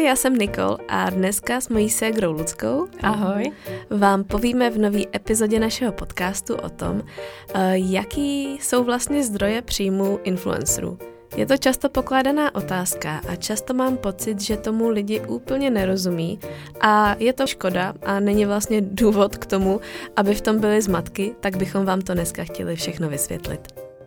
já jsem Nikol a dneska s mojí ségrou Luckou ahoj, vám povíme v nové epizodě našeho podcastu o tom, jaký jsou vlastně zdroje příjmu influencerů. Je to často pokládaná otázka a často mám pocit, že tomu lidi úplně nerozumí a je to škoda a není vlastně důvod k tomu, aby v tom byly zmatky, tak bychom vám to dneska chtěli všechno vysvětlit.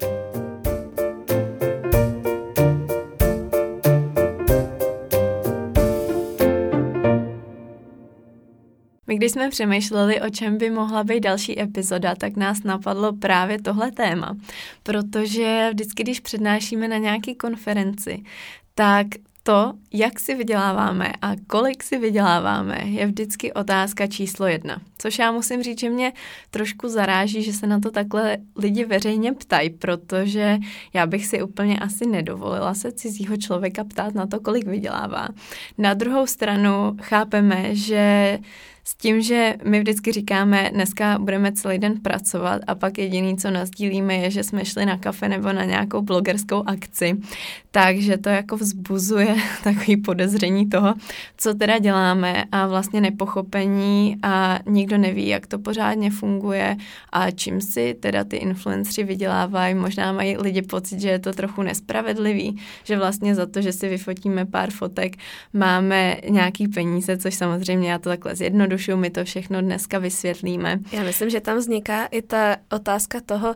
My když jsme přemýšleli, o čem by mohla být další epizoda, tak nás napadlo právě tohle téma, protože vždycky, když přednášíme na nějaké konferenci, tak to, jak si vyděláváme a kolik si vyděláváme, je vždycky otázka číslo 1. Což já musím říct, že mě trošku zaráží, že se na to takhle lidi veřejně ptají, protože já bych si úplně asi nedovolila se cizího člověka ptát na to, kolik vydělává. Na druhou stranu chápeme, že s tím, že my vždycky říkáme, dneska budeme celý den pracovat a pak jediný, co nasdílíme, je, že jsme šli na kafe nebo na nějakou blogerskou akci. Takže to jako vzbuzuje takový podezření toho, co teda děláme a vlastně nepochopení a nikdo neví, jak to pořádně funguje a čím si teda ty influenceri vydělávají. Možná mají lidi pocit, že je to trochu nespravedlivý, že vlastně za to, že si vyfotíme pár fotek, máme nějaký peníze, což samozřejmě já to takhle zjednodušuji, my to všechno dneska vysvětlíme. Já myslím, že tam vzniká i ta otázka toho,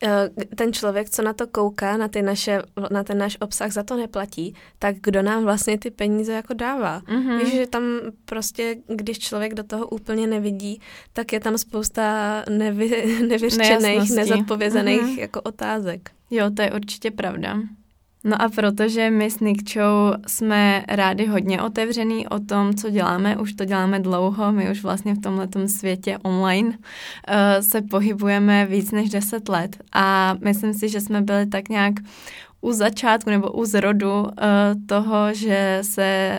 ten člověk, co na to kouká, na ten náš obsah, za to neplatí, tak kdo nám vlastně ty peníze jako dává. Mm-hmm. Víš, že tam prostě, když člověk do toho úplně nevidí, tak je tam spousta nevyřčených, nezodpovězených jako otázek. Jo, to je určitě pravda. No a protože my s Nikčou jsme rádi hodně otevřený o tom, co děláme, už to děláme dlouho, my už vlastně v tomhletom světě online se pohybujeme víc než 10 let a myslím si, že jsme byli tak nějak u začátku nebo u zrodu toho, že se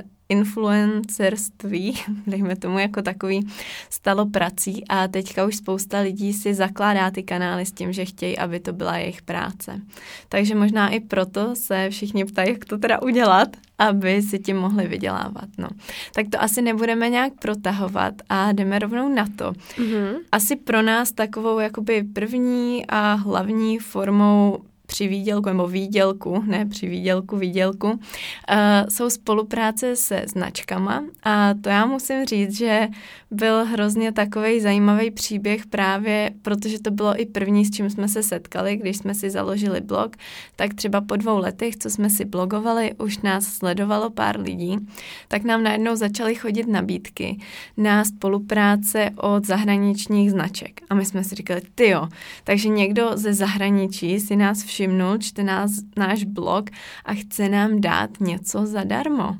influencerství, dejme tomu jako takový, stalo prací a teďka už spousta lidí si zakládá ty kanály s tím, že chtějí, aby to byla jejich práce. Takže možná i proto se všichni ptají, jak to teda udělat, aby si tím mohli vydělávat. No. Tak to asi nebudeme nějak protahovat a jdeme rovnou na to. Mm-hmm. Asi pro nás takovou jakoby první a hlavní formou při výdělku, nebo výdělku, ne při výdělku, jsou spolupráce se značkama a to já musím říct, že byl hrozně takovej zajímavý příběh právě, protože to bylo i první, s čím jsme se setkali, když jsme si založili blog, tak třeba po 2 letech, co jsme si blogovali, už nás sledovalo pár lidí, tak nám najednou začaly chodit nabídky na spolupráce od zahraničních značek. A my jsme si říkali, tyjo, takže někdo ze zahraničí si nás všimnul, čte náš blog a chce nám dát něco zadarmo.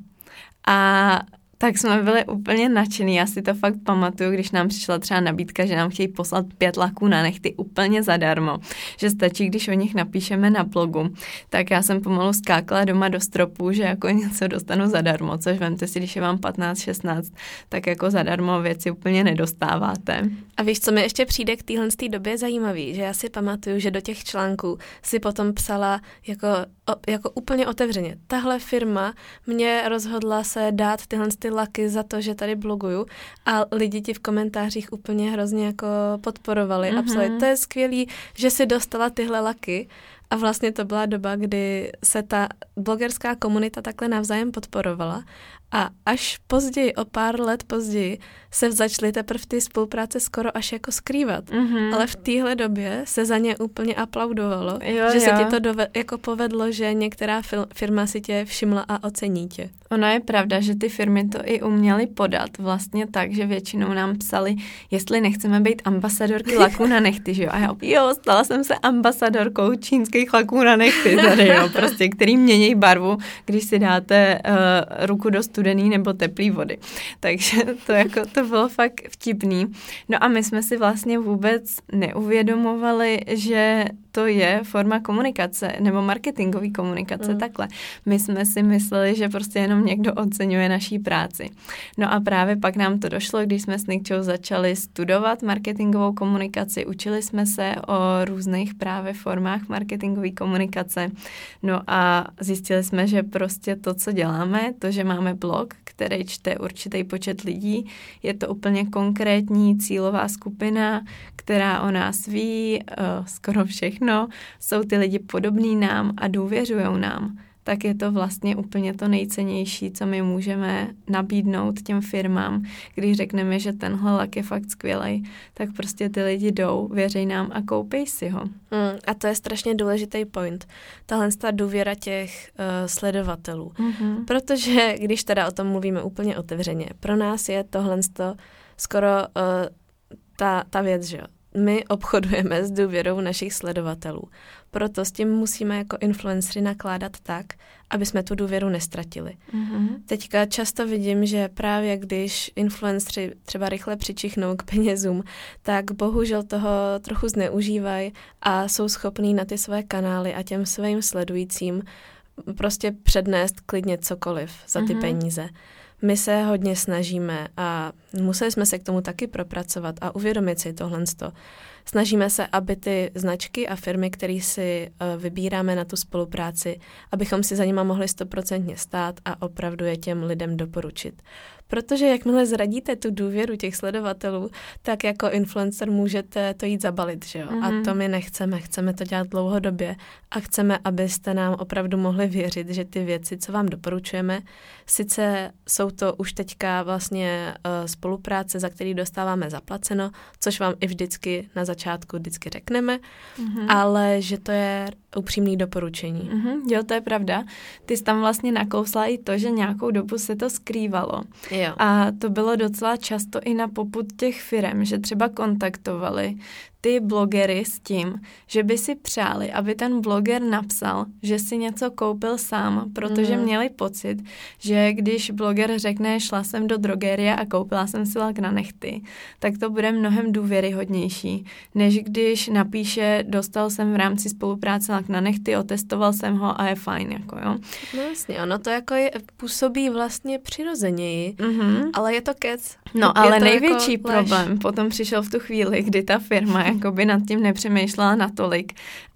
A tak jsme byli úplně nadšený. Já si to fakt pamatuju, když nám přišla třeba nabídka, že nám chtějí poslat 5 laků na nechty úplně zadarmo. Že stačí, když o nich napíšeme na blogu. Tak já jsem pomalu skákala doma do stropu, že jako něco dostanu zadarmo, což vemte si, když je vám 15-16, tak jako zadarmo věci úplně nedostáváte. A víš, co mi ještě přijde k téhle době zajímavý, že já si pamatuju, že do těch článků si potom psala jako úplně otevřeně. Tahle firma mě rozhodla se dát tyhle laky za to, že tady bloguju a lidi ti v komentářích úplně hrozně jako podporovali a psali, to je skvělý, že si dostala tyhle laky a vlastně to byla doba, kdy se ta blogerská komunita takhle navzájem podporovala a až později, o pár let později, se začaly teprve ty spolupráce skoro až jako skrývat. Mm-hmm. Ale v téhle době se za ně úplně aplaudovalo, že se ti to jako povedlo, že některá firma si tě všimla a ocení tě. Ono je pravda, že ty firmy to i uměly podat vlastně tak, že většinou nám psali, jestli nechceme být ambasadorky laků na nechty, že jo? A já, stala jsem se ambasadorkou čínských laků na nechty tady, jo, prostě, který mění barvu, když si dáte ruku do studený nebo teplý vody. Takže to bylo fakt vtipný. No a my jsme si vlastně vůbec neuvědomovali, že to je forma komunikace nebo marketingový komunikace, takhle. My jsme si mysleli, že prostě jenom někdo oceňuje naší práci. No a právě pak nám to došlo, když jsme s Nikčou začali studovat marketingovou komunikaci, učili jsme se o různých právě formách marketingové komunikace. No a zjistili jsme, že prostě to, co děláme, to, že máme blog, který čte určitý počet lidí, je to úplně konkrétní cílová skupina, která o nás ví skoro všechno, jsou ty lidi podobní nám a důvěřujou nám, tak je to vlastně úplně to nejcennější, co my můžeme nabídnout těm firmám. Když řekneme, že tenhle lak je fakt skvělej, tak prostě ty lidi jdou, věří nám a koupej si ho. A to je strašně důležitý point. Tahle důvěra těch sledovatelů. Protože když teda o tom mluvíme úplně otevřeně, pro nás je tohle skoro ta věc, že jo. My obchodujeme s důvěrou našich sledovatelů. Proto s tím musíme jako influencery nakládat tak, aby jsme tu důvěru nestratili. Teďka často vidím, že právě když influencery třeba rychle přičichnou k penězům, tak bohužel toho trochu zneužívají a jsou schopní na ty své kanály a těm svým sledujícím prostě přednést klidně cokoliv za ty peníze. My se hodně snažíme a museli jsme se k tomu taky propracovat a uvědomit si tohle. Snažíme se, aby ty značky a firmy, které si vybíráme na tu spolupráci, abychom si za nima mohli 100% stát a opravdu je těm lidem doporučit. Protože jakmile zradíte tu důvěru těch sledovatelů, tak jako influencer můžete to jít zabalit, že jo? A to my nechceme. Chceme to dělat dlouhodobě a chceme, abyste nám opravdu mohli věřit, že ty věci, co vám doporučujeme, sice jsou to už teďka vlastně spolupráce, za který dostáváme zaplaceno, což vám i vždycky na začátku vždycky řekneme, ale že to je upřímný doporučení. Jo, to je pravda. Ty jsi tam vlastně nakousla i to, že nějakou dobu se to skrývalo. Jo. A to bylo docela často i na popud těch firem, že třeba kontaktovali ty blogery s tím, že by si přáli, aby ten bloger napsal, že si něco koupil sám, protože měli pocit, že když bloger řekne, šla jsem do drogerie a koupila jsem si lak na nehty, tak to bude mnohem důvěryhodnější, než když napíše, dostal jsem v rámci spolupráce lak na nehty, otestoval jsem ho a je fajn, jako jo. No jasně, ono to jako působí vlastně přirozeněji, ale je to kec. No, ale největší jako problém potom přišel v tu chvíli, kdy ta firma jakoby nad tím nepřemýšlela natolik,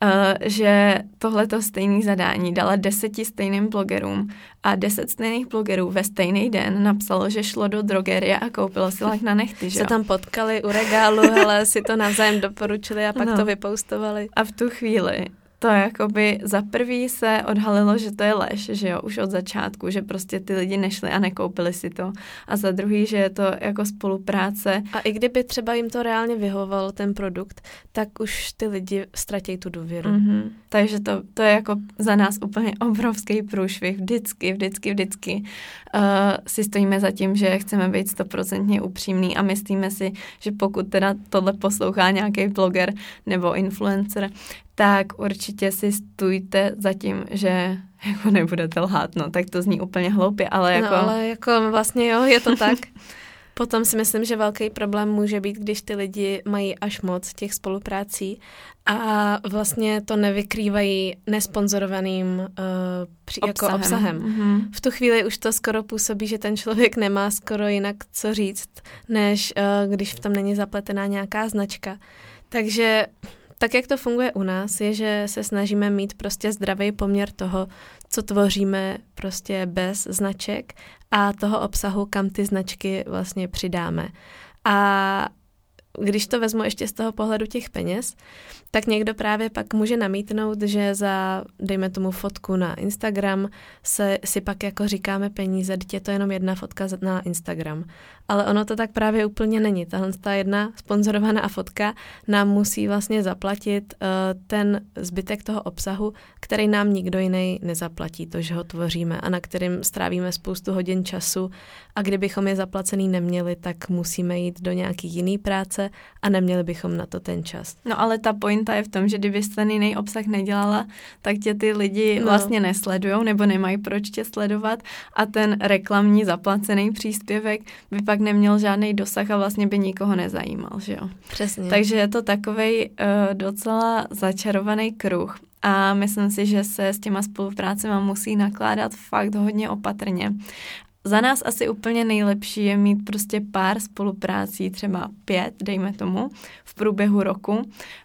že tohleto stejné zadání dala 10 stejným blogerům a 10 stejných blogerů ve stejný den napsalo, že šlo do drogerie a koupilo si lak na nehty, že se tam potkali u regálu, hele, si to navzájem doporučili a pak to vypostovali. A v tu chvíli to jakoby za prvý se odhalilo, že to je lež, že jo, už od začátku, že prostě ty lidi nešli a nekoupili si to. A za druhý, že je to jako spolupráce. A i kdyby třeba jim to reálně vyhovovalo ten produkt, tak už ty lidi ztratí tu důvěru. Takže to je jako za nás úplně obrovský průšvih. Vždycky si stojíme za tím, že chceme být 100% upřímný a myslíme si, že pokud teda tohle poslouchá nějaký bloger nebo influencer, tak určitě si stůjte za tím, že jako nebudete lhát, no, tak to zní úplně hloupě, ale jako... No, ale jako vlastně jo, je to tak. Potom si myslím, že velký problém může být, když ty lidi mají až moc těch spoluprácí a vlastně to nevykrývají nesponzorovaným jako obsahem. V tu chvíli už to skoro působí, že ten člověk nemá skoro jinak co říct, než když v tom není zapletená nějaká značka. Takže tak, jak to funguje u nás, je, že se snažíme mít prostě zdravý poměr toho, co tvoříme prostě bez značek a toho obsahu, kam ty značky vlastně přidáme. A když to vezmu ještě z toho pohledu těch peněz, tak někdo právě pak může namítnout, že za, dejme tomu, fotku na Instagram si pak jako říkáme peníze, teď je to jenom jedna fotka na Instagram. Ale ono to tak právě úplně není. Tahle jedna sponzorovaná fotka nám musí vlastně zaplatit ten zbytek toho obsahu, který nám nikdo jiný nezaplatí, to, že ho tvoříme a na kterým strávíme spoustu hodin času a kdybychom je zaplacený neměli, tak musíme jít do nějaký jiný práce práce a neměli bychom na to ten čas. No ale ta pointa je v tom, že kdybys ten jiný obsah nedělala, tak tě ty lidi vlastně nesledujou nebo nemají proč tě sledovat a ten reklamní zaplacený příspěvek by pak neměl žádný dosah a vlastně by nikoho nezajímal, že jo? Přesně. Takže je to takovej docela začarovaný kruh. A myslím si, že se s těma spoluprácemi musí nakládat fakt hodně opatrně. Za nás asi úplně nejlepší je mít prostě pár spoluprácí, třeba 5, dejme tomu, v průběhu roku,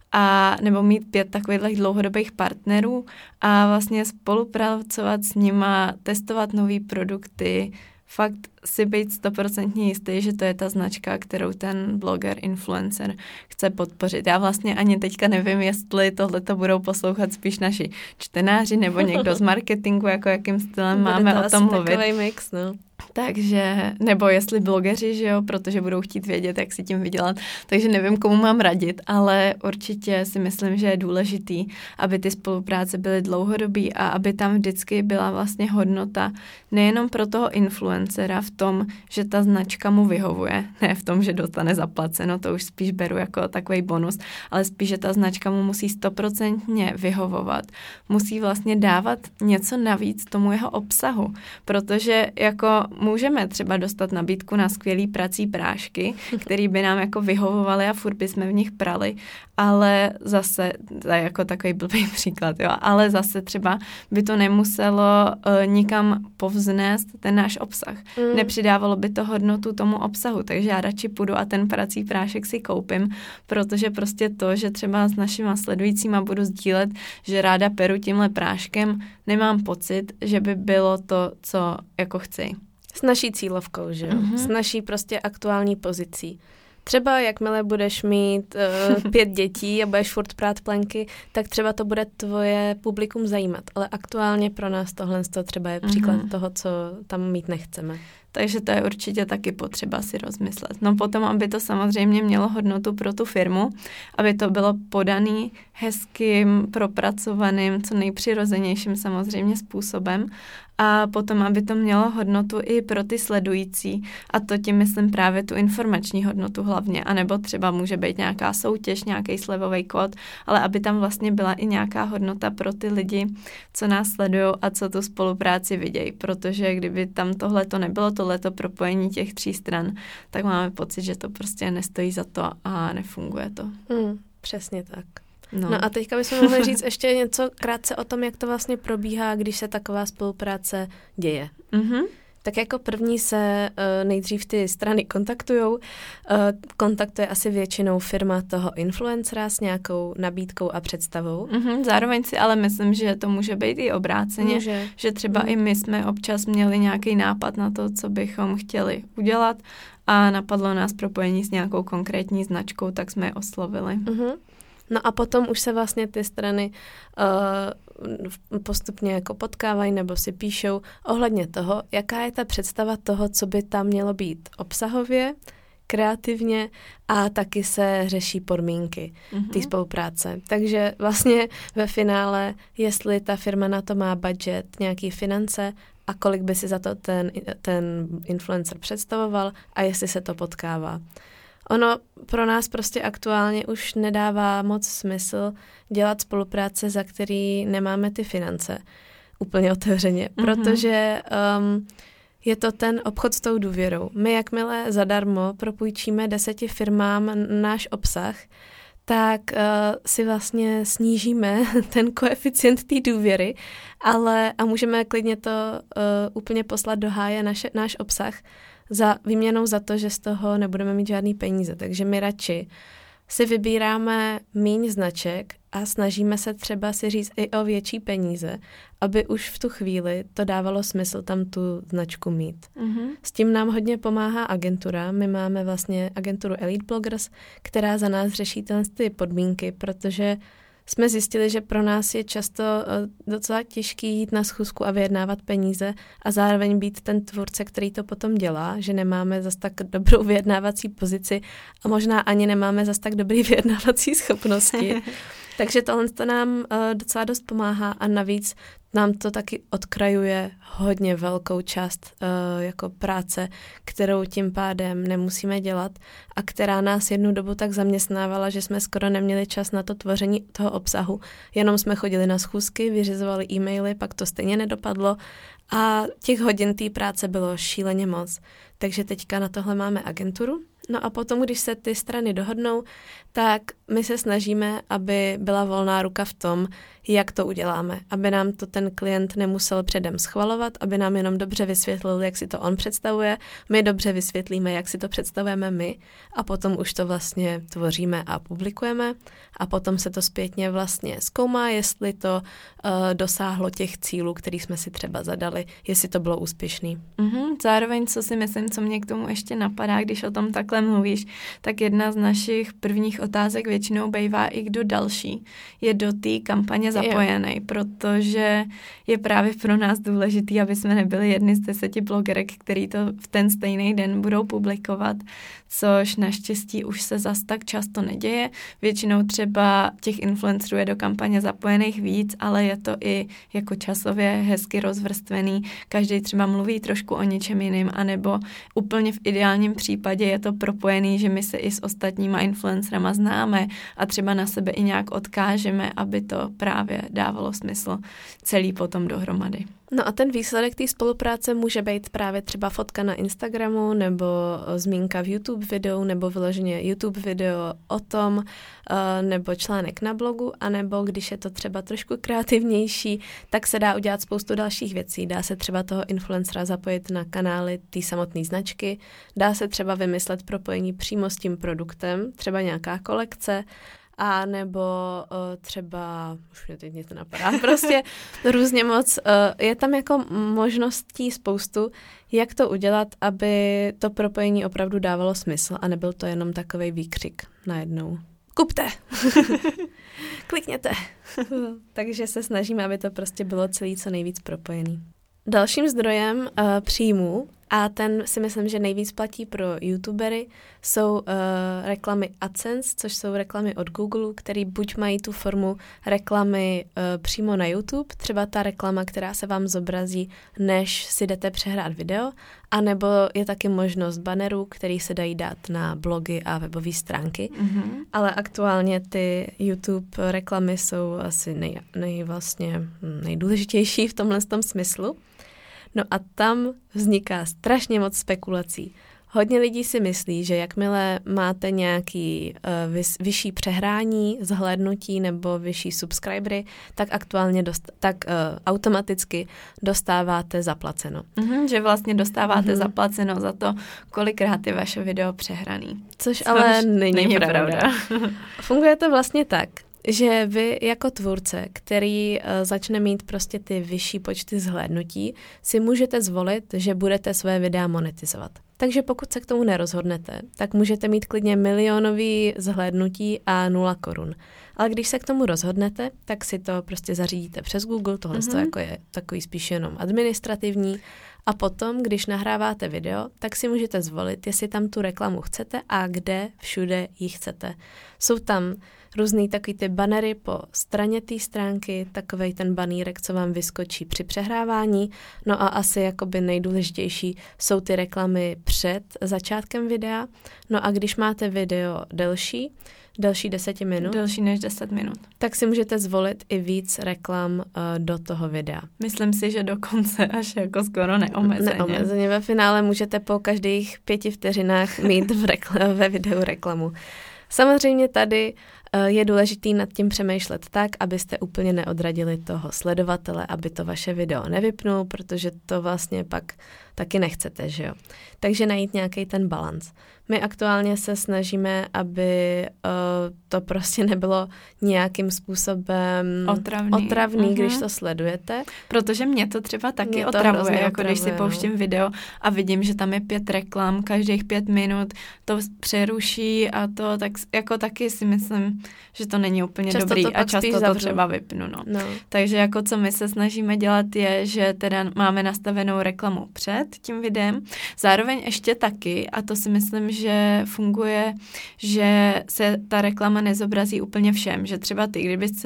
a nebo mít 5 takových dlouhodobých partnerů a vlastně spolupracovat s nima, testovat nový produkty, fakt si být 100% jistý, že to je ta značka, kterou ten bloger, influencer chce podpořit. Já vlastně ani teďka nevím, jestli tohleto budou poslouchat spíš naši čtenáři nebo někdo z marketingu, jako jakým stylem máme o tom mluvit. Takový mix, no. Takže, nebo jestli blogeři, že jo, protože budou chtít vědět, jak si tím vydělat. Takže nevím, komu mám radit, ale určitě si myslím, že je důležitý, aby ty spolupráce byly dlouhodobý a aby tam vždycky byla vlastně hodnota nejenom pro toho influencera v tom, že ta značka mu vyhovuje, ne v tom, že dostane zaplaceno, to už spíš beru jako takový bonus, ale spíš, že ta značka mu musí 100% vyhovovat. Musí vlastně dávat něco navíc tomu jeho obsahu, protože jako můžeme třeba dostat nabídku na skvělý prací prášky, který by nám jako vyhovovaly a furt bychom v nich prali, ale zase, to je jako takový blbý příklad, jo, ale zase třeba by to nemuselo nikam povznést ten náš obsah. Nepřidávalo by to hodnotu tomu obsahu, takže já radši půjdu a ten prací prášek si koupím, protože prostě to, že třeba s našima sledujícíma budu sdílet, že ráda peru tímhle práškem, nemám pocit, že by bylo to, co jako chci. S naší cílovkou, že jo? S naší prostě aktuální pozicí. Třeba jakmile budeš mít 5 dětí a budeš furt prát plenky, tak třeba to bude tvoje publikum zajímat. Ale aktuálně pro nás tohle třeba je příklad toho, co tam mít nechceme. Takže to je určitě taky potřeba si rozmyslet. No potom, aby to samozřejmě mělo hodnotu pro tu firmu, aby to bylo podaný hezkým, propracovaným, co nejpřirozenějším samozřejmě způsobem a potom, aby to mělo hodnotu i pro ty sledující a to tím myslím právě tu informační hodnotu hlavně, anebo třeba může být nějaká soutěž, nějaký slevový kód, ale aby tam vlastně byla i nějaká hodnota pro ty lidi, co nás sledují a co tu spolupráci vidějí, protože kdyby tam tohleto nebylo, tohleto propojení těch 3 stran, tak máme pocit, že to prostě nestojí za to a nefunguje to. Přesně tak. No a teďka bychom mohli říct ještě něco krátce o tom, jak to vlastně probíhá, když se taková spolupráce děje. Tak jako první se nejdřív ty strany kontactujou. Kontaktuje asi většinou firma toho influencera s nějakou nabídkou a představou. Zároveň si ale myslím, že to může být i obráceně, že třeba i my jsme občas měli nějaký nápad na to, co bychom chtěli udělat a napadlo nás propojení s nějakou konkrétní značkou, tak jsme je oslovili. No a potom už se vlastně ty strany postupně jako potkávají nebo si píšou ohledně toho, jaká je ta představa toho, co by tam mělo být obsahově, kreativně a taky se řeší podmínky té spolupráce. Takže vlastně ve finále, jestli ta firma na to má budget, nějaký finance a kolik by si za to ten influencer představoval a jestli se to potkává. Ono pro nás prostě aktuálně už nedává moc smysl dělat spolupráce, za který nemáme ty finance úplně otevřeně, protože je to ten obchod s tou důvěrou. My jakmile zadarmo propůjčíme 10 firmám náš obsah, tak si vlastně snížíme ten koeficient té důvěry, a můžeme klidně to úplně poslat do háje náš obsah, za výměnou za to, že z toho nebudeme mít žádný peníze. Takže my radši si vybíráme míň značek a snažíme se třeba si říct i o větší peníze, aby už v tu chvíli to dávalo smysl tam tu značku mít. S tím nám hodně pomáhá agentura. My máme vlastně agenturu Elite Bloggers, která za nás řeší ty podmínky, protože jsme zjistili, že pro nás je často docela těžký jít na schůzku a vyjednávat peníze a zároveň být ten tvůrce, který to potom dělá, že nemáme zas tak dobrou vyjednávací pozici a možná ani nemáme zas tak dobrý vyjednávací schopnosti. Takže tohle to nám docela dost pomáhá a navíc nám to taky odkrajuje hodně velkou část jako práce, kterou tím pádem nemusíme dělat a která nás jednu dobu tak zaměstnávala, že jsme skoro neměli čas na to tvoření toho obsahu. Jenom jsme chodili na schůzky, vyřizovali e-maily, pak to stejně nedopadlo a těch hodin té práce bylo šíleně moc. Takže teďka na tohle máme agenturu. No a potom, když se ty strany dohodnou, tak my se snažíme, aby byla volná ruka v tom, jak to uděláme. Aby nám to ten klient nemusel předem schvalovat, aby nám jenom dobře vysvětlil, jak si to on představuje. My dobře vysvětlíme, jak si to představujeme my a potom už to vlastně tvoříme a publikujeme a potom se to zpětně vlastně zkoumá, jestli to dosáhlo těch cílů, který jsme si třeba zadali, jestli to bylo úspěšný. Zároveň, co si myslím, co mě k tomu ještě napadá, když o tom takhle mluvíš, tak jedna z našich prvních otázek většinou bývá i kdo další je do té kampaně zapojený, protože je právě pro nás důležitý, aby jsme nebyli jedni z 10 blogerek, který to v ten stejný den budou publikovat, což naštěstí už se zas tak často neděje. Většinou třeba těch influencerů je do kampaně zapojených víc, ale je to i jako časově hezky rozvrstvený. Každý třeba mluví trošku o něčem jiným, anebo úplně v ideálním případě je to propojený, že my se i s ostatníma influencerama známe a třeba na sebe i nějak odkážeme, aby to právě dávalo smysl celý potom dohromady. No a ten výsledek té spolupráce může být právě třeba fotka na Instagramu nebo zmínka v YouTube videu nebo vyloženě YouTube video o tom nebo článek na blogu a nebo když je to třeba trošku kreativnější, tak se dá udělat spoustu dalších věcí. Dá se třeba toho influencera zapojit na kanály té samotné značky, dá se třeba vymyslet propojení přímo s tím produktem, třeba nějaká kolekce, a nebo třeba, už mě teď nic napadá, prostě různě moc. Je tam jako možností spoustu, jak to udělat, aby to propojení opravdu dávalo smysl a nebyl to jenom takovej výkřik najednou. Kupte! Klikněte! Takže se snažíme, aby to prostě bylo celý co nejvíc propojený. Dalším zdrojem příjmů, a ten si myslím, že nejvíc platí pro youtubery, jsou reklamy AdSense, což jsou reklamy od Google, který buď mají tu formu reklamy přímo na YouTube, třeba ta reklama, která se vám zobrazí, než si jdete přehrát video, anebo je taky možnost bannerů, který se dají dát na blogy a webové stránky. Ale aktuálně ty YouTube reklamy jsou asi nejdůležitější v tomhle smyslu. No a tam vzniká strašně moc spekulací. Hodně lidí si myslí, že jakmile máte nějaký vyšší přehrání, zhlédnutí nebo vyšší subscribery, tak automaticky dostáváte zaplaceno. Že vlastně dostáváte zaplaceno za to, kolikrát je vaše video přehraný. Což ale není pravda. Funguje to vlastně tak, že vy jako tvůrce, který začne mít prostě ty vyšší počty zhlédnutí, si můžete zvolit, že budete své videa monetizovat. Takže pokud se k tomu nerozhodnete, tak můžete mít klidně milionový zhlédnutí a 0 korun. Ale když se k tomu rozhodnete, tak si to prostě zařídíte přes Google, tohle jako je takový spíš jenom administrativní. A potom, když nahráváte video, tak si můžete zvolit, jestli tam tu reklamu chcete a kde všude ji chcete. Jsou tam různý takový ty bannery po straně té stránky, takovej ten banírek, co vám vyskočí při přehrávání. No a asi jakoby nejdůležitější jsou ty reklamy před začátkem videa. No a když máte video delší 10 minut. Delší než 10 minut. Tak si můžete zvolit i víc reklam do toho videa. Myslím si, že dokonce až jako skoro neomezeně. Neomezeně. Ve finále můžete po každých 5 vteřinách mít ve videu reklamu. Samozřejmě tady je důležitý nad tím přemýšlet tak, abyste úplně neodradili toho sledovatele, aby to vaše video nevypnul, protože to vlastně pak taky nechcete, že jo. Takže najít nějaký ten balans. My aktuálně se snažíme, aby to prostě nebylo nějakým způsobem otravný, když to sledujete. Protože mě to třeba taky otravuje, jako když si pouštím video a vidím, že tam je 5 reklam, každých 5 minut to přeruší a to tak jako taky si myslím, že to není úplně dobrý a často to třeba vypnu. No. Takže jako co my se snažíme dělat je, že teda máme nastavenou reklamu před tím videem, zároveň ještě taky, a to si myslím, že funguje, že se ta reklama nezobrazí úplně všem, že třeba ty, kdybys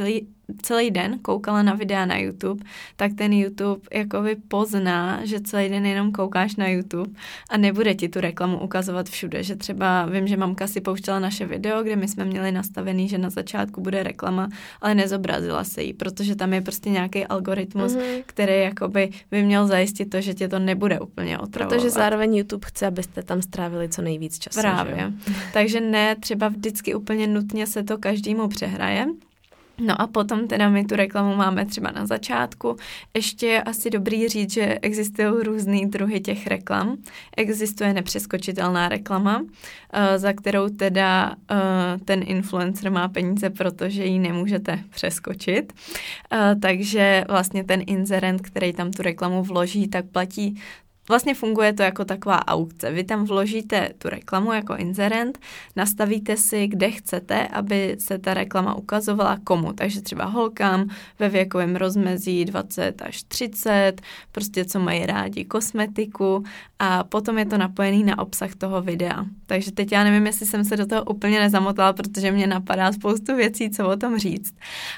celý den koukala na videa na YouTube, tak ten YouTube jakoby pozná, že celý den jenom koukáš na YouTube a nebude ti tu reklamu ukazovat všude, že třeba vím, že mamka si pouštěla naše video, kde my jsme měli nastavený, že na začátku bude reklama, ale nezobrazila se jí, protože tam je prostě nějaký algoritmus, který jakoby by měl zajistit to, že tě to nebude úplně otravovat. Protože zároveň YouTube chce, abyste tam strávili co nejvíc času. Právě. Takže ne, třeba vždycky úplně nutně se to každému přehraje. No a potom teda my tu reklamu máme třeba na začátku. Ještě je asi dobrý říct, že existují různý druhy těch reklam. Existuje nepřeskočitelná reklama, za kterou teda ten influencer má peníze, protože ji nemůžete přeskočit. Takže vlastně ten inzerent, který tam tu reklamu vloží, tak platí. Vlastně funguje to jako taková aukce. Vy tam vložíte tu reklamu jako inzerent, nastavíte si, kde chcete, aby se ta reklama ukazovala komu. Takže třeba holkám ve věkovém rozmezí 20 až 30, prostě co mají rádi kosmetiku a potom je to napojený na obsah toho videa. Takže teď já nevím, jestli jsem se do toho úplně nezamotala, protože mě napadá spoustu věcí, co o tom říct.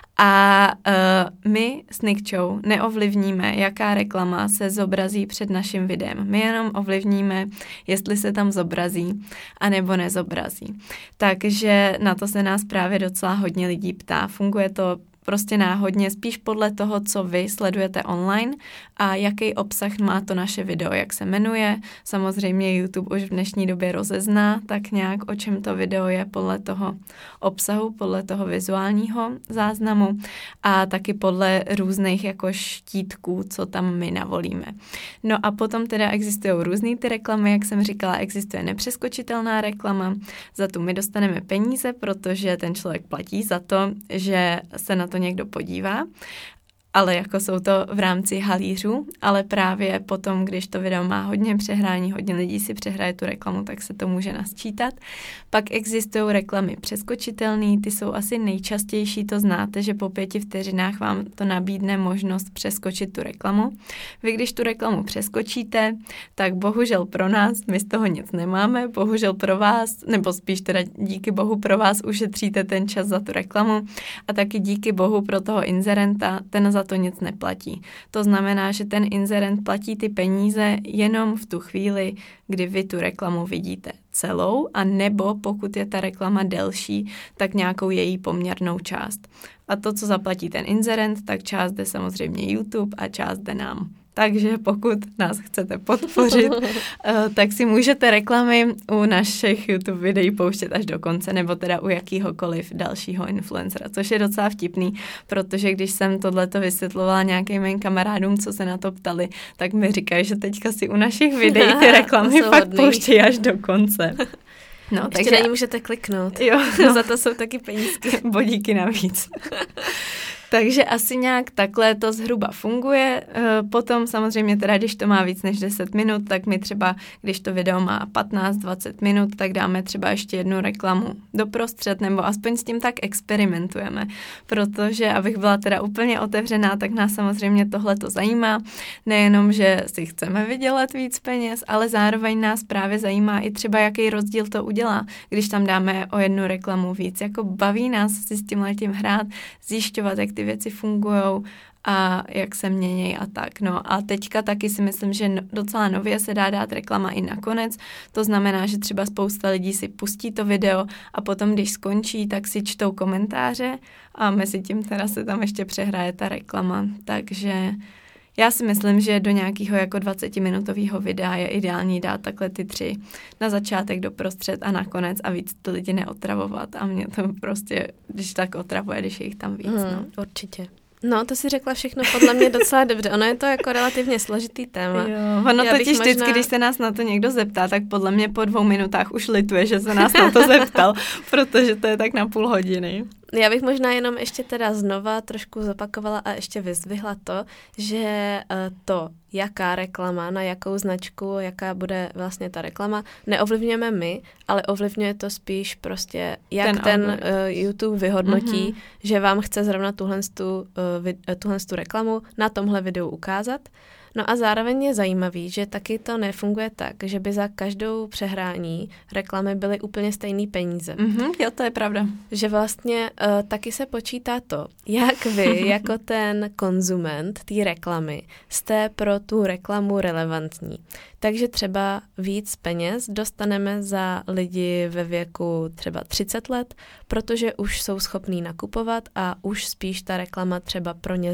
A my s Nikčou neovlivníme, jaká reklama se zobrazí před naším videem. My jenom ovlivníme, jestli se tam zobrazí, anebo nezobrazí. Takže na to se nás právě docela hodně lidí ptá. Funguje to prostě náhodně, spíš podle toho, co vy sledujete online a jaký obsah má to naše video, jak se jmenuje. Samozřejmě YouTube už v dnešní době rozezná tak nějak, o čem to video je podle toho obsahu, podle toho vizuálního záznamu a taky podle různých jako štítků, co tam my navolíme. No a potom teda existují různý ty reklamy, jak jsem říkala, existuje nepřeskočitelná reklama, za tu my dostaneme peníze, protože ten člověk platí za to, že se na to někdo podívá, ale jako jsou to v rámci halířů, ale právě potom, když to video má hodně přehrání, hodně lidí si přehraje tu reklamu, tak se to může nasčítat. Pak existují reklamy přeskočitelné, ty jsou asi nejčastější, to znáte, že po 5 vteřinách vám to nabídne možnost přeskočit tu reklamu. Vy, když tu reklamu přeskočíte, tak bohužel pro nás, my z toho nic nemáme, bohužel pro vás, nebo spíš teda díky bohu pro vás ušetříte ten čas za tu reklamu a taky díky bohu pro toho inzerenta, ten za to nic neplatí. To znamená, že ten inzerent platí ty peníze jenom v tu chvíli, kdy vy tu reklamu vidíte celou, a nebo pokud je ta reklama delší, tak nějakou její poměrnou část. A to, co zaplatí ten inzerent, tak část jde samozřejmě YouTube a část jde nám. Takže pokud nás chcete podpořit, tak si můžete reklamy u našich YouTube videí pouštět až do konce, nebo teda u jakýhokoliv dalšího influencera, což je docela vtipný, protože když jsem tohleto vysvětlovala nějakým mým kamarádům, co se na to ptali, tak mi říkají, že teďka si u našich videí ty reklamy fakt pouštějí až do konce. No, takže na ní můžete kliknout. Jo, no. Za to jsou taky penízky. Bodíky navíc. Takže asi nějak takhle to zhruba funguje. Potom samozřejmě teda, když to má víc než 10 minut, tak my třeba, když to video má 15-20 minut, tak dáme třeba ještě jednu reklamu doprostřed, nebo aspoň s tím tak experimentujeme. Protože, abych byla teda úplně otevřená, tak nás samozřejmě tohle to zajímá. Nejenom, že si chceme vydělat víc peněz, ale zároveň nás právě zajímá i třeba, jaký rozdíl to udělá, když tam dáme o jednu reklamu víc. Jako baví nás si s tímhletím hrát, zjišťovat, jak ty věci fungujou a jak se mění a tak. No a teďka taky si myslím, že docela nově se dá dát reklama i nakonec. To znamená, že třeba spousta lidí si pustí to video a potom, když skončí, tak si čtou komentáře a mezi tím teda se tam ještě přehraje ta reklama. Takže já si myslím, že do nějakého jako 20-minutového videa je ideální dát takhle ty 3 na začátek, doprostřed a nakonec a víc to lidi neotravovat. A mě to prostě, když tak otravuje, když je jich tam víc. No. Určitě. No, to si řekla všechno podle mě docela dobře. Ono je to jako relativně složitý téma. Jo, ono totiž vždycky, když se nás na to někdo zeptá, tak podle mě po 2 minutách už lituje, že se nás na to zeptal, protože to je tak na půl hodiny. Já bych možná jenom ještě teda znova trošku zopakovala a ještě vyzdvihla to, že to, jaká reklama, na jakou značku, jaká bude vlastně ta reklama, neovlivňujeme my, ale ovlivňuje to spíš prostě, jak ten YouTube vyhodnotí, že vám chce zrovna tuhle reklamu na tomhle videu ukázat. No a zároveň je zajímavý, že taky to nefunguje tak, že by za každou přehrání reklamy byly úplně stejný peníze. Jo, to je pravda. Že vlastně taky se počítá to, jak vy jako ten konzument té reklamy jste pro tu reklamu relevantní. Takže třeba víc peněz dostaneme za lidi ve věku třeba 30 let, protože už jsou schopní nakupovat a už spíš ta reklama třeba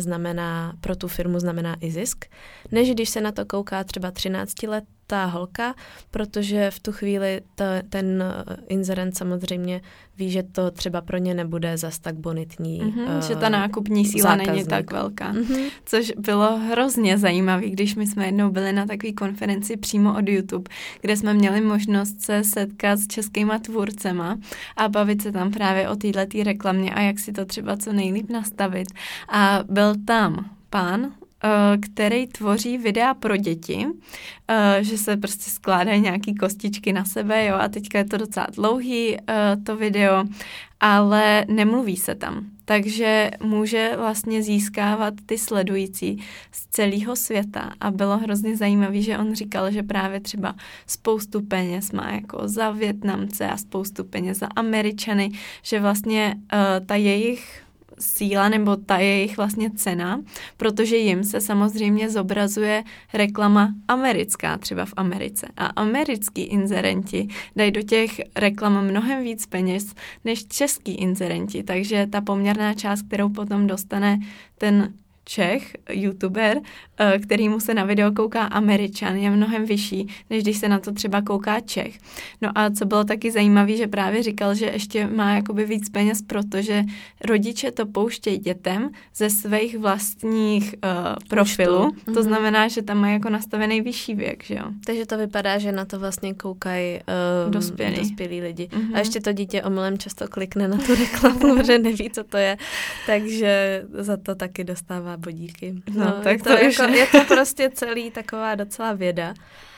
pro tu firmu znamená i zisk, než když se na to kouká třeba 13letá holka, protože v tu chvíli ten inzerent samozřejmě ví, že to třeba pro ně nebude zas tak bonitní. Že ta nákupní síla zákazník není tak velká. Což bylo hrozně zajímavé, když my jsme jednou byli na takové konferenci přímo od YouTube, kde jsme měli možnost se setkat s českýma tvůrcema a bavit se tam právě o této reklamě a jak si to třeba co nejlíp nastavit. A byl tam pán, který tvoří videa pro děti, že se prostě skládají nějaký kostičky na sebe, jo, a teďka je to docela dlouhý, to video, ale nemluví se tam. Takže může vlastně získávat ty sledující z celého světa a bylo hrozně zajímavé, že on říkal, že právě třeba spoustu peněz má jako za Vietnamce a spoustu peněz za Američany, že vlastně ta jejich síla nebo ta jejich vlastně cena, protože jim se samozřejmě zobrazuje reklama americká, třeba v Americe. A americký inzerenti dají do těch reklam mnohem víc peněz než český inzerenti, takže ta poměrná část, kterou potom dostane ten Čech, youtuber, kterýmu se na video kouká Američan, je mnohem vyšší, než když se na to třeba kouká Čech. No a co bylo taky zajímavé, že právě říkal, že ještě má jakoby víc peněz, protože rodiče to pouštějí dětem ze svých vlastních profilů. To znamená, že tam mají jako nastavený vyšší věk, že jo. Takže to vypadá, že na to vlastně koukají dospělí lidi. A ještě to dítě omylem často klikne na tu reklamu, že neví, co to je, takže za to taky dostává bodíky. No tak to je to prostě celý taková docela věda,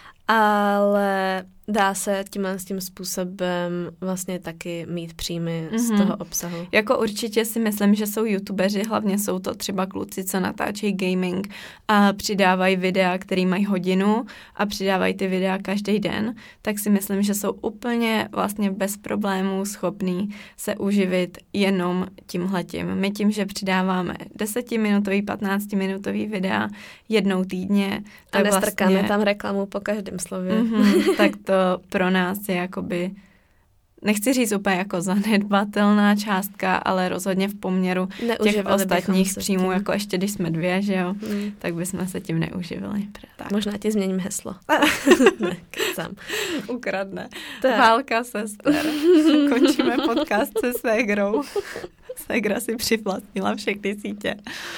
ale dá se tímhle s tím způsobem vlastně taky mít příjmy z toho obsahu. Jako určitě si myslím, že jsou youtubeři, hlavně jsou to třeba kluci, co natáčejí gaming a přidávají videa, který mají hodinu a přidávají ty videa každý den, tak si myslím, že jsou úplně vlastně bez problémů schopní se uživit jenom tímhletím. My tím, že přidáváme 10-minutový, 15-minutový videa jednou týdně, tak a nestrkáme vlastně tam reklamu po každém slově. Tak to pro nás je jakoby, nechci říct úplně jako zanedbatelná částka, ale rozhodně v poměru těch ostatních příjmů, jako ještě když jsme 2, že jo, tak bychom se tím neuživili. Tak. Možná ti změním heslo. Ne, kecám. Ukradne. Válka sester. Končíme podcast se ségrou. Ségra si přivlastnila všechny sítě.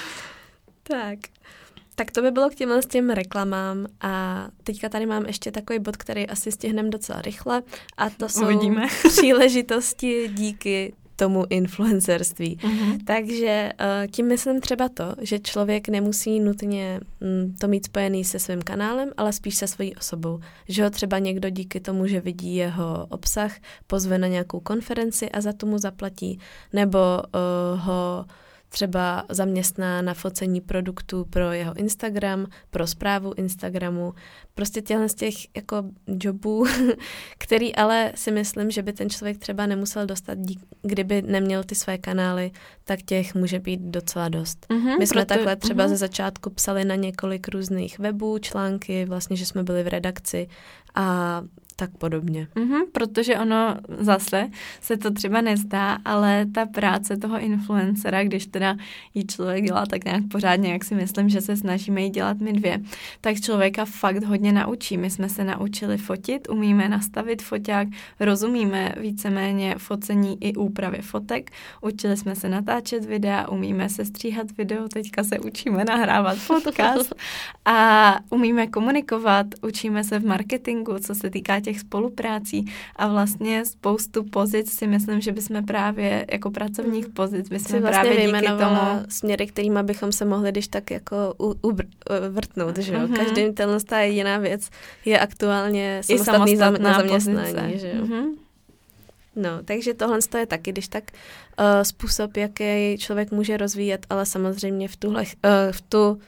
Tak to by bylo k těm reklamám a teďka tady mám ještě takový bod, který asi stihneme docela rychle a to jsou příležitosti díky tomu influencerství. Takže tím myslím třeba to, že člověk nemusí nutně to mít spojený se svým kanálem, ale spíš se svojí osobou. Že ho třeba někdo díky tomu, že vidí jeho obsah, pozve na nějakou konferenci a za to mu zaplatí, nebo ho třeba zaměstná na focení produktů pro jeho Instagram, pro správu Instagramu, prostě těchto z těch jako jobů, který ale si myslím, že by ten člověk třeba nemusel dostat, kdyby neměl ty své kanály, tak těch může být docela dost. My jsme takhle třeba ze začátku psali na několik různých webů, články, vlastně, že jsme byli v redakci a tak podobně. Protože ono zase se to třeba nezdá, ale ta práce toho influencera, když teda jí člověk dělá tak nějak pořádně, jak si myslím, že se snažíme jí dělat my 2, tak člověka fakt hodně naučí. My jsme se naučili fotit, umíme nastavit foťák, rozumíme víceméně focení i úpravě fotek, učili jsme se natáčet videa, umíme se stříhat video, teďka se učíme nahrávat podcast a umíme komunikovat, učíme se v marketingu, co se týká těch spoluprácí a vlastně spoustu pozic si myslím, že bychom právě jako pracovních pozic bychom vlastně právě díky tomu směry, kterýma bychom se mohli když tak jako vrtnout, že jo. Každý tenhle jiná věc je aktuálně samostatný zaměstnání, že jo. No, takže tohle je taky, když tak způsob, jaký člověk může rozvíjet, ale samozřejmě v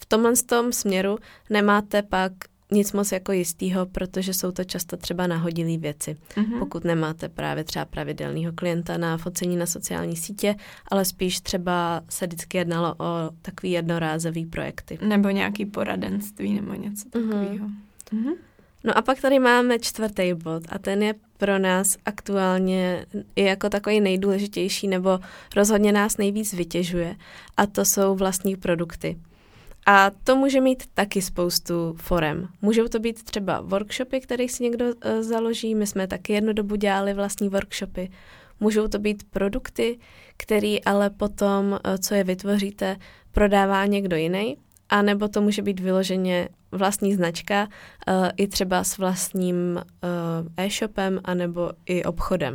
v tomhle tom směru nemáte pak nic moc jako jistýho, protože jsou to často třeba nahodilý věci. Pokud nemáte právě třeba pravidelného klienta na focení na sociální sítě, ale spíš třeba se vždycky jednalo o takový jednorázový projekty. Nebo nějaký poradenství nebo něco takového. No a pak tady máme 4. bod a ten je pro nás aktuálně i jako takový nejdůležitější nebo rozhodně nás nejvíc vytěžuje a to jsou vlastní produkty. A to může mít taky spoustu forem. Můžou to být třeba workshopy, které si někdo založí, my jsme taky jednu dobu dělali vlastní workshopy. Můžou to být produkty, které ale potom, co je vytvoříte, prodává někdo jiný. A nebo to může být vyloženě vlastní značka, i třeba s vlastním e-shopem, anebo i obchodem.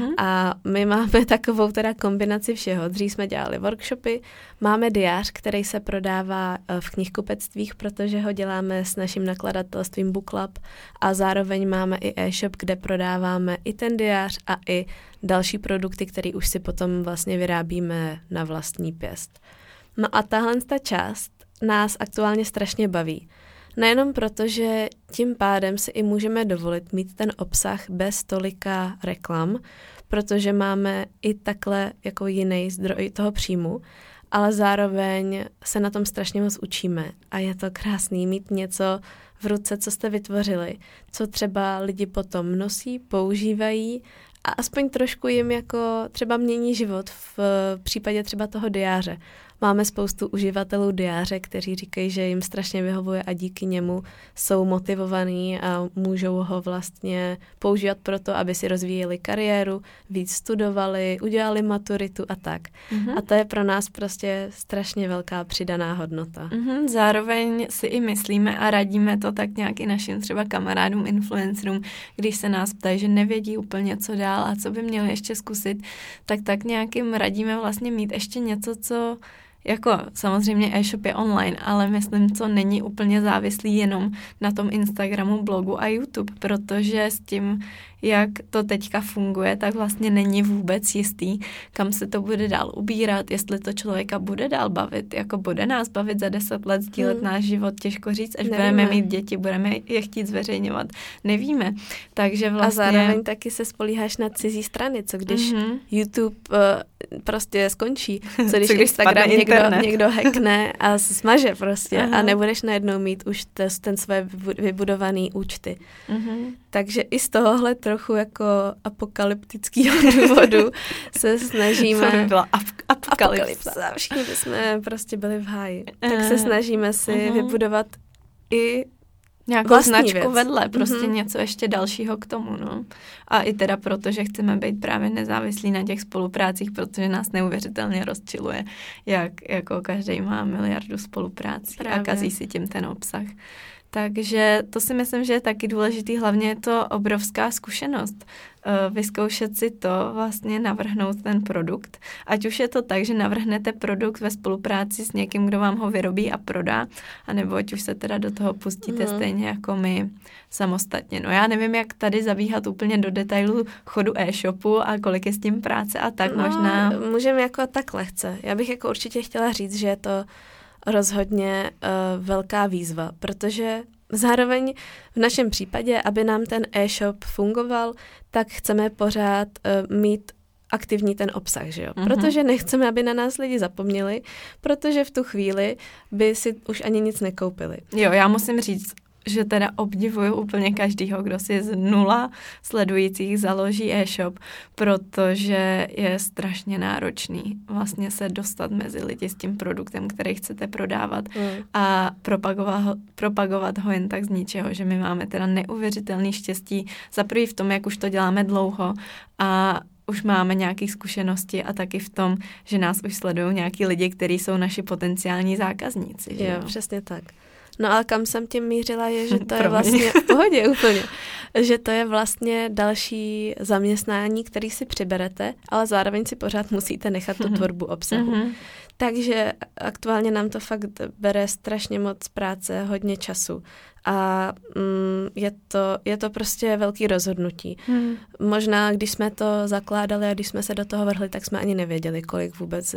A my máme takovou teda kombinaci všeho. Dřív jsme dělali workshopy, máme diář, který se prodává v knihkupectvích, protože ho děláme s naším nakladatelstvím BookLab a zároveň máme i e-shop, kde prodáváme i ten diář a i další produkty, které už si potom vlastně vyrábíme na vlastní pěst. No a tahle ta část nás aktuálně strašně baví. Nejenom proto, že tím pádem si i můžeme dovolit mít ten obsah bez tolika reklam, protože máme i takhle jako jiný zdroj toho příjmu, ale zároveň se na tom strašně moc učíme a je to krásný mít něco v ruce, co jste vytvořili, co třeba lidi potom nosí, používají a aspoň trošku jim jako třeba mění život v případě třeba toho diáře. Máme spoustu uživatelů diáře, kteří říkají, že jim strašně vyhovuje a díky němu jsou motivovaní a můžou ho vlastně používat pro to, aby si rozvíjeli kariéru, víc studovali, udělali maturitu a tak. A to je pro nás prostě strašně velká přidaná hodnota. Zároveň si i myslíme a radíme to tak nějak i našim třeba kamarádům, influencerům, když se nás ptají, že nevědí úplně co dál a co by měli ještě zkusit, tak nějakým radíme vlastně mít ještě něco, co jako samozřejmě e-shop je online, ale myslím, co není úplně závislý jenom na tom Instagramu, blogu a YouTube, protože s tím, jak to teďka funguje, tak vlastně není vůbec jistý, kam se to bude dál ubírat, jestli to člověka bude dál bavit, jako bude nás bavit za 10 let sdílet náš život, těžko říct, až budeme mít děti, budeme je chtít zveřejňovat, nevíme. Takže vlastně... A zároveň taky se spolíháš na cizí strany, co když YouTube prostě skončí, co když Instagram někdo hackne a smaže prostě a nebudeš najednou mít už ten své vybudovaný účty. Takže i z tohohle trochu jako apokalyptického důvodu se snažíme... To by byla apokalypsa. Všichni bychom prostě byli v háji. Tak se snažíme si vybudovat i nějakou značku vedle, prostě něco ještě dalšího k tomu, no. A i teda proto, že chceme být právě nezávislí na těch spoluprácích, protože nás neuvěřitelně rozčiluje, jak jako každý má miliardu spoluprácí právě. A kazí si tím ten obsah. Takže to si myslím, že je taky důležitý, hlavně je to obrovská zkušenost. Vyzkoušet si to, vlastně navrhnout ten produkt. Ať už je to tak, že navrhnete produkt ve spolupráci s někým, kdo vám ho vyrobí a prodá, anebo ať už se teda do toho pustíte stejně jako my samostatně. No já nevím, jak tady zabíhat úplně do detailu chodu e-shopu a kolik je s tím práce a tak možná. Můžeme jako tak lehce. Já bych jako určitě chtěla říct, že je to rozhodně velká výzva, protože zároveň v našem případě, aby nám ten e-shop fungoval, tak chceme pořád mít aktivní ten obsah, že jo? Protože nechceme, aby na nás lidi zapomněli, protože v tu chvíli by si už ani nic nekoupili. Jo, já musím říct, že teda obdivuju úplně každýho, kdo si z 0 sledujících založí e-shop, protože je strašně náročný vlastně se dostat mezi lidi s tím produktem, který chcete prodávat a propagovat ho jen tak z ničeho, že my máme teda neuvěřitelný štěstí za prvý v tom, jak už to děláme dlouho a už máme nějaké zkušenosti a taky v tom, že nás už sledují nějaký lidi, kteří jsou naši potenciální zákazníci. Že jo, přesně tak. No ale kam jsem tím mířila je, že to je vlastně v pohodě úplně, že to je vlastně další zaměstnání, který si přiberete, ale zároveň si pořád musíte nechat tu tvorbu obsahu. Takže aktuálně nám to fakt bere strašně moc práce, hodně času a je to prostě velký rozhodnutí. Možná, když jsme to zakládali a když jsme se do toho vrhli, tak jsme ani nevěděli, kolik vůbec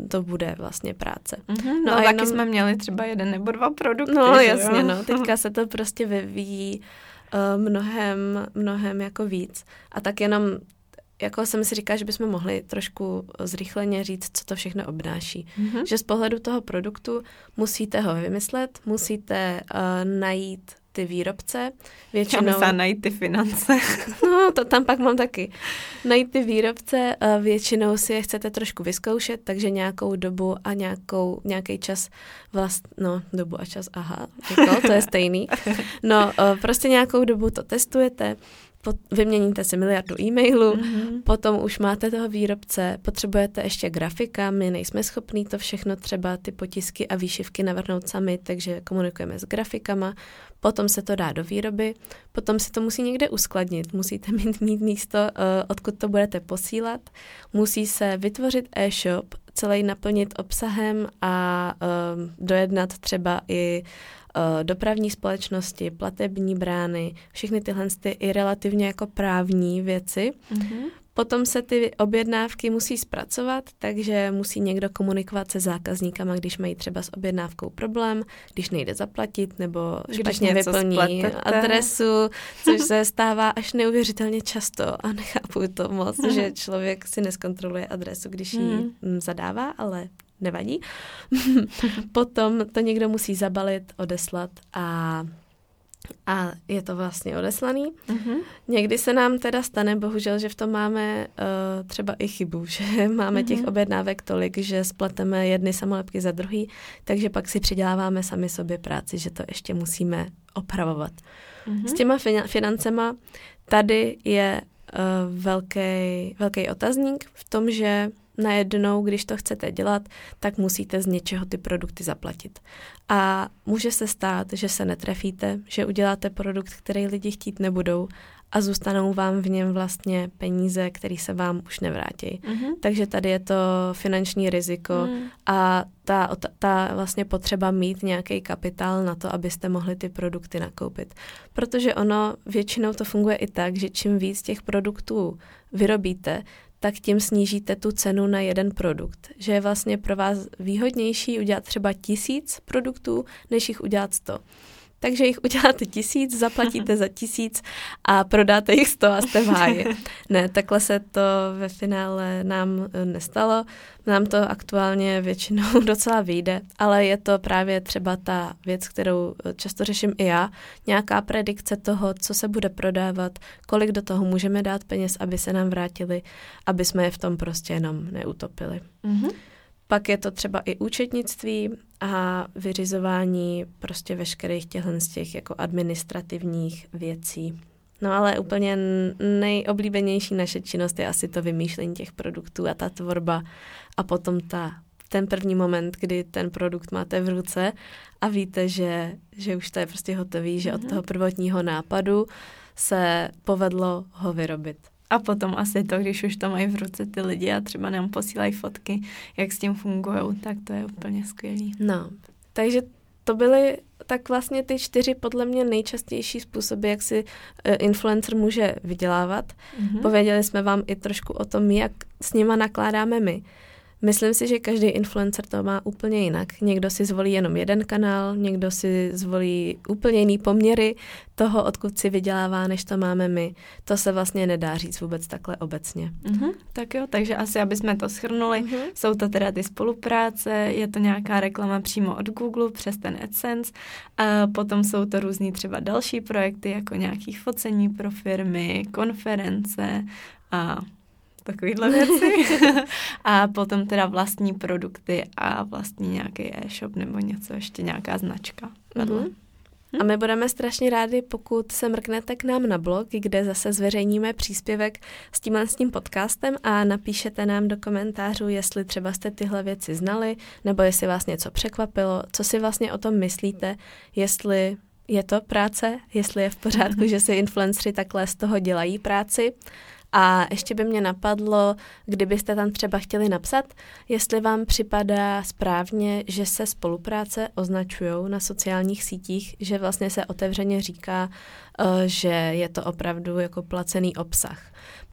to bude vlastně práce. No a taky jsme měli třeba 1 nebo 2 produkty. No jasně, no. Teďka se to prostě vyvíjí mnohem jako víc. A tak jenom jako jsem si říkala, že bychom mohli trošku zrychleně říct, co to všechno obnáší. Že z pohledu toho produktu musíte ho vymyslet, musíte najít ty výrobce. Většinou... Já myslím najít ty finance. No, to tam pak mám taky. Najít ty výrobce, většinou si je chcete trošku vyzkoušet, takže nějakou dobu a nějaký čas dobu a čas, to je stejný. No, prostě nějakou dobu to testujete, vyměníte si miliardu e-mailů, potom už máte toho výrobce, potřebujete ještě grafika, my nejsme schopní to všechno třeba ty potisky a výšivky navrhnout sami, takže komunikujeme s grafikama, potom se to dá do výroby, potom si to musí někde uskladnit, musíte mít místo, odkud to budete posílat, musí se vytvořit e-shop, celý naplnit obsahem a dojednat třeba i dopravní společnosti, platební brány, všechny tyhle i relativně jako právní věci. Potom se ty objednávky musí zpracovat, takže musí někdo komunikovat se zákazníkama, když mají třeba s objednávkou problém, když nejde zaplatit nebo špatně vyplní adresu, což se stává až neuvěřitelně často a nechápu to moc, že člověk si neskontroluje adresu, když ji zadává, ale nevadí. Potom to někdo musí zabalit, odeslat a je to vlastně odeslaný. Někdy se nám teda stane, bohužel, že v tom máme třeba i chybu, že máme těch objednávek tolik, že spleteme jedny samolepky za druhý, takže pak si přiděláváme sami sobě práci, že to ještě musíme opravovat. S těma financema tady je velký otazník v tom, že najednou, když to chcete dělat, tak musíte z něčeho ty produkty zaplatit. A může se stát, že se netrefíte, že uděláte produkt, který lidi chtít nebudou a zůstanou vám v něm vlastně peníze, které se vám už nevrátí. Takže tady je to finanční riziko a ta vlastně potřeba mít nějaký kapitál na to, abyste mohli ty produkty nakoupit. Protože ono většinou to funguje i tak, že čím víc těch produktů vyrobíte, tak tím snížíte tu cenu na jeden produkt. Že je vlastně pro vás výhodnější udělat třeba 1000 produktů, než jich udělat 100. Takže jich uděláte 1000, zaplatíte za 1000 a prodáte jich 100 a jste v háji. Ne, takhle se to ve finále nám nestalo. Nám to aktuálně většinou docela vyjde, ale je to právě třeba ta věc, kterou často řeším i já. Nějaká predikce toho, co se bude prodávat, kolik do toho můžeme dát peněz, aby se nám vrátili, aby jsme je v tom prostě jenom neutopili. Pak je to třeba i účetnictví a vyřizování prostě veškerých z těch jako administrativních věcí. No ale úplně nejoblíbenější naše činnost je asi to vymýšlení těch produktů a ta tvorba a potom ten první moment, kdy ten produkt máte v ruce a víte, že už to je prostě hotový, že od toho prvotního nápadu se povedlo ho vyrobit. A potom asi to, když už to mají v ruce ty lidi a třeba nám posílají fotky, jak s tím fungujou, tak to je úplně skvělý. No, takže to byly tak vlastně ty 4 podle mě nejčastější způsoby, jak si influencer může vydělávat. Pověděli jsme vám i trošku o tom, jak s nima nakládáme my. Myslím si, že každý influencer to má úplně jinak. Někdo si zvolí jenom jeden kanál, někdo si zvolí úplně jiný poměry toho, odkud si vydělává, než to máme my. To se vlastně nedá říct vůbec takhle obecně. Tak jo, takže asi, aby jsme to shrnuli, jsou to teda ty spolupráce, je to nějaká reklama přímo od Google přes ten AdSense a potom jsou to různý třeba další projekty, jako nějaký focení pro firmy, konference a takovýhle věci. A potom teda vlastní produkty a vlastní nějaký e-shop nebo něco, ještě nějaká značka. A my budeme strašně rádi, pokud se mrknete k nám na blog, kde zase zveřejníme příspěvek s tím podcastem a napíšete nám do komentářů, jestli třeba jste tyhle věci znali, nebo jestli vás něco překvapilo, co si vlastně o tom myslíte, jestli je to práce, jestli je v pořádku, že si influenceri takhle z toho dělají práci. A ještě by mě napadlo, kdybyste tam třeba chtěli napsat, jestli vám připadá správně, že se spolupráce označujou na sociálních sítích, že vlastně se otevřeně říká, že je to opravdu jako placený obsah.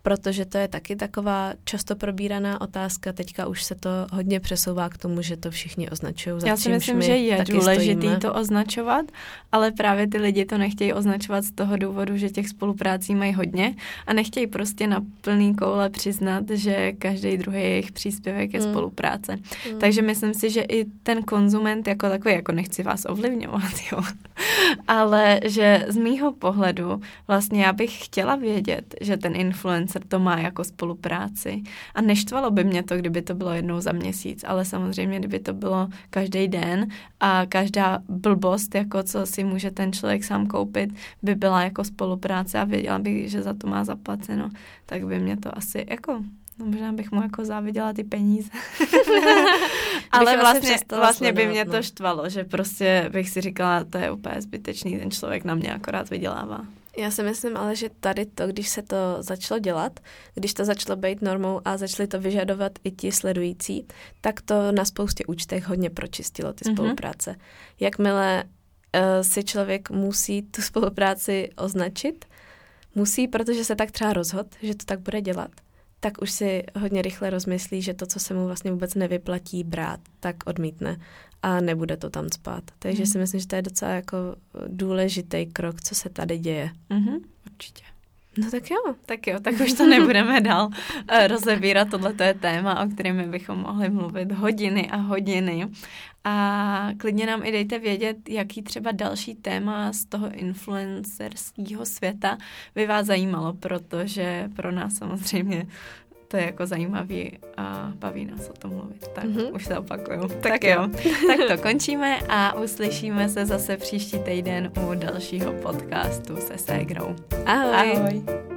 protože to je taky taková často probíraná otázka. Teďka už se to hodně přesouvá k tomu, že to všichni označují. Já si myslím, že je důležitý to označovat, ale právě ty lidi to nechtějí označovat z toho důvodu, že těch spoluprácí mají hodně a nechtějí prostě na plný koule přiznat, že každý druhý jejich příspěvek je spolupráce. Takže myslím si, že i ten konzument jako takový, jako nechci vás ovlivňovat, jo, ale že z mýho pohledu vlastně já bych chtěla vědět, že ten influencer to má jako spolupráci a neštvalo by mě to, kdyby to bylo jednou za měsíc, ale samozřejmě, kdyby to bylo každý den a každá blbost, jako co si může ten člověk sám koupit, by byla jako spolupráce a věděla bych, že za to má zaplaceno, tak by mě to asi jako... No, možná bych mu jako záviděla ty peníze. Ale vlastně by mě to štvalo, že prostě bych si říkala, to je úplně zbytečný, ten člověk na mě akorát vydělává. Já si myslím ale, že tady to, když se to začalo dělat, když to začalo být normou a začali to vyžadovat i ti sledující, tak to na spoustě účtech hodně pročistilo ty spolupráce. Jakmile si člověk musí tu spolupráci označit, musí, protože se tak třeba rozhodl, že to tak bude dělat, tak už si hodně rychle rozmyslí, že to, co se mu vlastně vůbec nevyplatí brát, tak odmítne a nebude to tam spát. Takže si myslím, že to je docela jako důležitý krok, co se tady děje. Určitě. No tak jo. Tak už to nebudeme dál rozebírat. Tohle je téma, o kterém bychom mohli mluvit hodiny a hodiny. A klidně nám i dejte vědět, jaký třeba další téma z toho influencerského světa by vás zajímalo, protože pro nás samozřejmě to je jako zajímavý a baví nás o tom mluvit. Tak už se opakuju. Tak jo. Tak to končíme a uslyšíme se zase příští týden u dalšího podcastu se Ségrou. Ahoj. Ahoj.